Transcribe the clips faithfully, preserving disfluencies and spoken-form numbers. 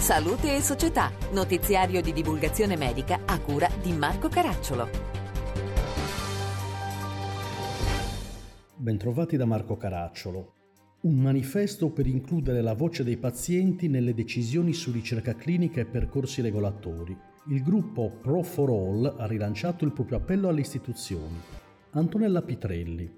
Salute e Società, notiziario di divulgazione medica a cura di Marco Caracciolo. Bentrovati da Marco Caracciolo. Un manifesto per includere la voce dei pazienti nelle decisioni su ricerca clinica e percorsi regolatori. Il gruppo Pro for All ha rilanciato il proprio appello alle istituzioni. Antonella Pitrelli.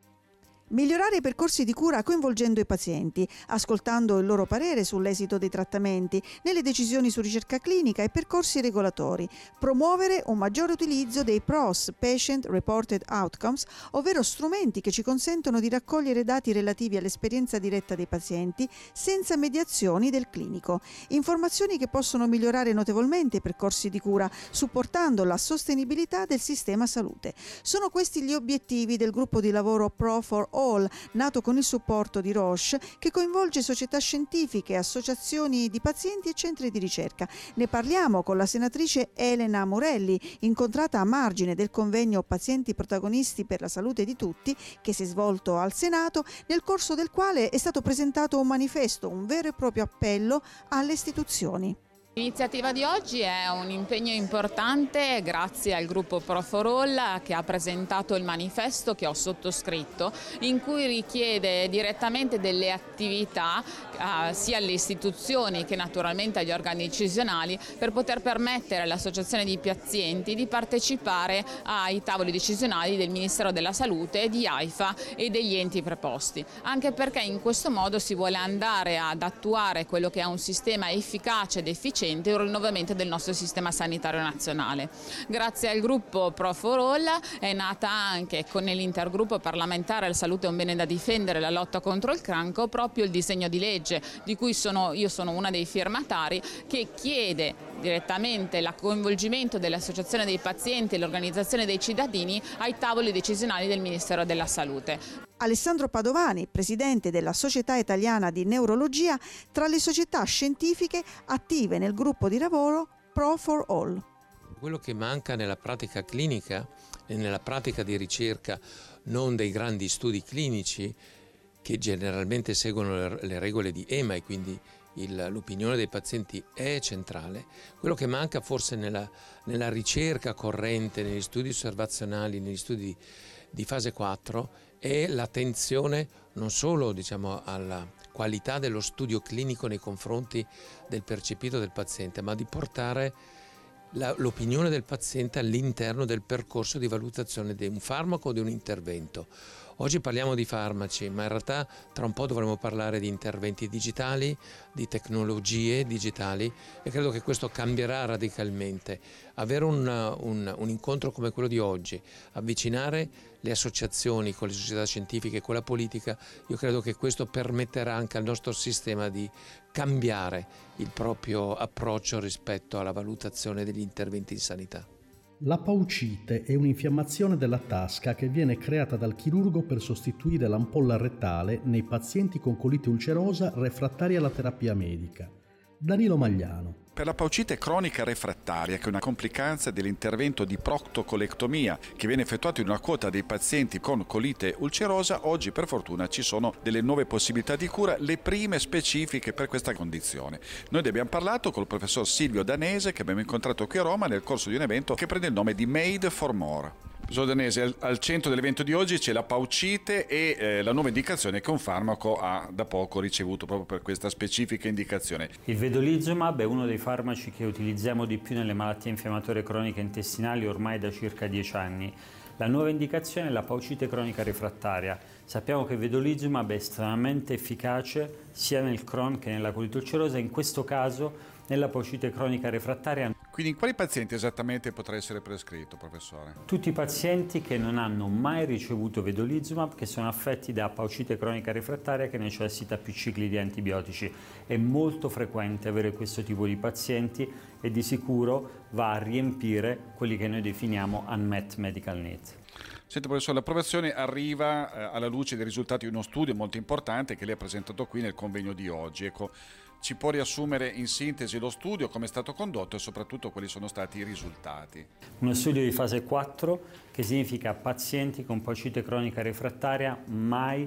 Migliorare i percorsi di cura coinvolgendo i pazienti, ascoltando il loro parere sull'esito dei trattamenti, nelle decisioni su ricerca clinica e percorsi regolatori. Promuovere un maggiore utilizzo dei P R O S, Patient Reported Outcomes, ovvero strumenti che ci consentono di raccogliere dati relativi all'esperienza diretta dei pazienti senza mediazioni del clinico. Informazioni che possono migliorare notevolmente i percorsi di cura, supportando la sostenibilità del sistema salute. Sono questi gli obiettivi del gruppo di lavoro Pro for All, nato con il supporto di Roche, che coinvolge società scientifiche, associazioni di pazienti e centri di ricerca. Ne parliamo con la senatrice Elena Morelli, incontrata a margine del convegno Pazienti protagonisti per la salute di tutti, che si è svolto al Senato, nel corso del quale è stato presentato un manifesto, un vero e proprio appello alle istituzioni. L'iniziativa di oggi è un impegno importante grazie al gruppo Pro for All che ha presentato il manifesto che ho sottoscritto, in cui richiede direttamente delle attività eh, sia alle istituzioni che naturalmente agli organi decisionali per poter permettere all'associazione di pazienti di partecipare ai tavoli decisionali del Ministero della Salute, di AIFA e degli enti preposti, anche perché in questo modo si vuole andare ad attuare quello che è un sistema efficace ed efficiente e un rinnovamento del nostro sistema sanitario nazionale. Grazie al gruppo Pro for All è nata anche con l'intergruppo parlamentare La salute è un bene da difendere, la lotta contro il cancro, proprio il disegno di legge di cui sono, io sono una dei firmatari, che chiede direttamente il coinvolgimento dell'associazione dei pazienti e l'organizzazione dei cittadini ai tavoli decisionali del Ministero della Salute. Alessandro Padovani, presidente della Società Italiana di Neurologia, tra le società scientifiche attive nel gruppo di lavoro Pro for All. Quello che manca nella pratica clinica e nella pratica di ricerca, non dei grandi studi clinici che generalmente seguono le regole di E M A e quindi il, l'opinione dei pazienti è centrale, quello che manca forse nella, nella ricerca corrente, negli studi osservazionali, negli studi di fase quattro è l'attenzione non solo diciamo, alla qualità dello studio clinico nei confronti del percepito del paziente, ma di portare la, l'opinione del paziente all'interno del percorso di valutazione di un farmaco o di un intervento. Oggi parliamo di farmaci, ma in realtà tra un po' dovremo parlare di interventi digitali, di tecnologie digitali e credo che questo cambierà radicalmente. Avere un, un, un incontro come quello di oggi, avvicinare le associazioni con le società scientifiche e con la politica, io credo che questo permetterà anche al nostro sistema di cambiare il proprio approccio rispetto alla valutazione degli interventi di sanità. La paucite è un'infiammazione della tasca che viene creata dal chirurgo per sostituire l'ampolla rettale nei pazienti con colite ulcerosa refrattaria alla terapia medica. Danilo Magliano. Per la paucite cronica refrattaria, che è una complicanza dell'intervento di proctocolectomia che viene effettuato in una quota dei pazienti con colite ulcerosa, oggi per fortuna ci sono delle nuove possibilità di cura, le prime specifiche per questa condizione. Noi ne abbiamo parlato col professor Silvio Danese, che abbiamo incontrato qui a Roma nel corso di un evento che prende il nome di Made for More. Professor Danese, al, al centro dell'evento di oggi c'è la paucite e eh, la nuova indicazione che un farmaco ha da poco ricevuto proprio per questa specifica indicazione. Il vedolizumab è uno dei farmaci che utilizziamo di più nelle malattie infiammatorie croniche intestinali ormai da circa dieci anni. La nuova indicazione è la paucite cronica refrattaria. Sappiamo che il vedolizumab è estremamente efficace sia nel Crohn che nella colite ulcerosa, in questo caso nella paucite cronica refrattaria. Quindi in quali pazienti esattamente potrà essere prescritto, professore? Tutti i pazienti che non hanno mai ricevuto vedolizumab, che sono affetti da paucite cronica refrattaria che necessita più cicli di antibiotici. È molto frequente avere questo tipo di pazienti e di sicuro va a riempire quelli che noi definiamo unmet medical needs. Senta professore, l'approvazione arriva eh, alla luce dei risultati di uno studio molto importante che lei ha presentato qui nel convegno di oggi. Ecco, ci può riassumere in sintesi lo studio, come è stato condotto e soprattutto quali sono stati i risultati? Uno studio di fase quattro che significa pazienti con paucite cronica refrattaria mai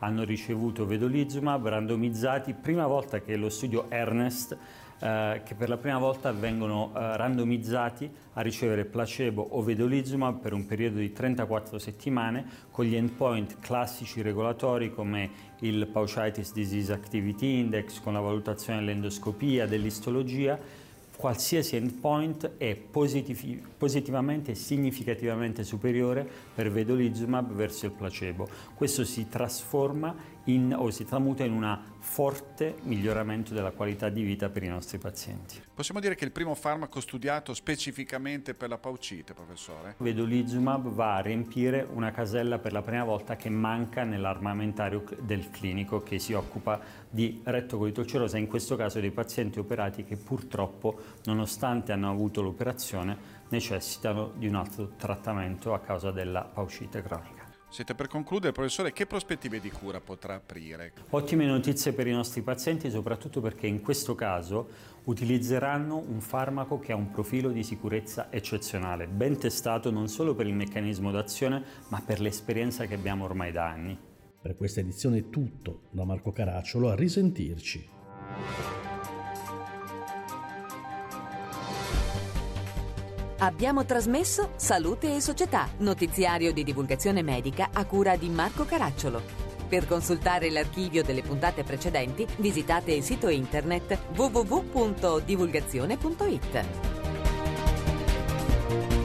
hanno ricevuto vedolizumab randomizzati, prima volta che lo studio Ernest, eh, che per la prima volta vengono eh, randomizzati a ricevere placebo o vedolizumab per un periodo di trentaquattro settimane con gli endpoint classici regolatori come il Pouchitis Disease Activity Index, con la valutazione dell'endoscopia, dell'istologia. Qualsiasi endpoint è positiv- positivamente e significativamente superiore per vedolizumab verso il placebo. Questo si trasforma in, o si tramuta in un forte miglioramento della qualità di vita per i nostri pazienti. Possiamo dire che è il primo farmaco studiato specificamente per la paucite, professore? Vedolizumab va a riempire una casella per la prima volta che manca nell'armamentario del clinico che si occupa di rettocolite ulcerosa, in questo caso dei pazienti operati che purtroppo, nonostante hanno avuto l'operazione, necessitano di un altro trattamento a causa della paucite cronica. Siete per concludere, professore, che prospettive di cura potrà aprire? Ottime notizie per i nostri pazienti, soprattutto perché in questo caso utilizzeranno un farmaco che ha un profilo di sicurezza eccezionale, ben testato non solo per il meccanismo d'azione, ma per l'esperienza che abbiamo ormai da anni. Per questa edizione è tutto. Da Marco Caracciolo, a risentirci. Abbiamo trasmesso Salute e Società, notiziario di divulgazione medica a cura di Marco Caracciolo. Per consultare l'archivio delle puntate precedenti, visitate il sito internet w w w punto divulgazione punto i t.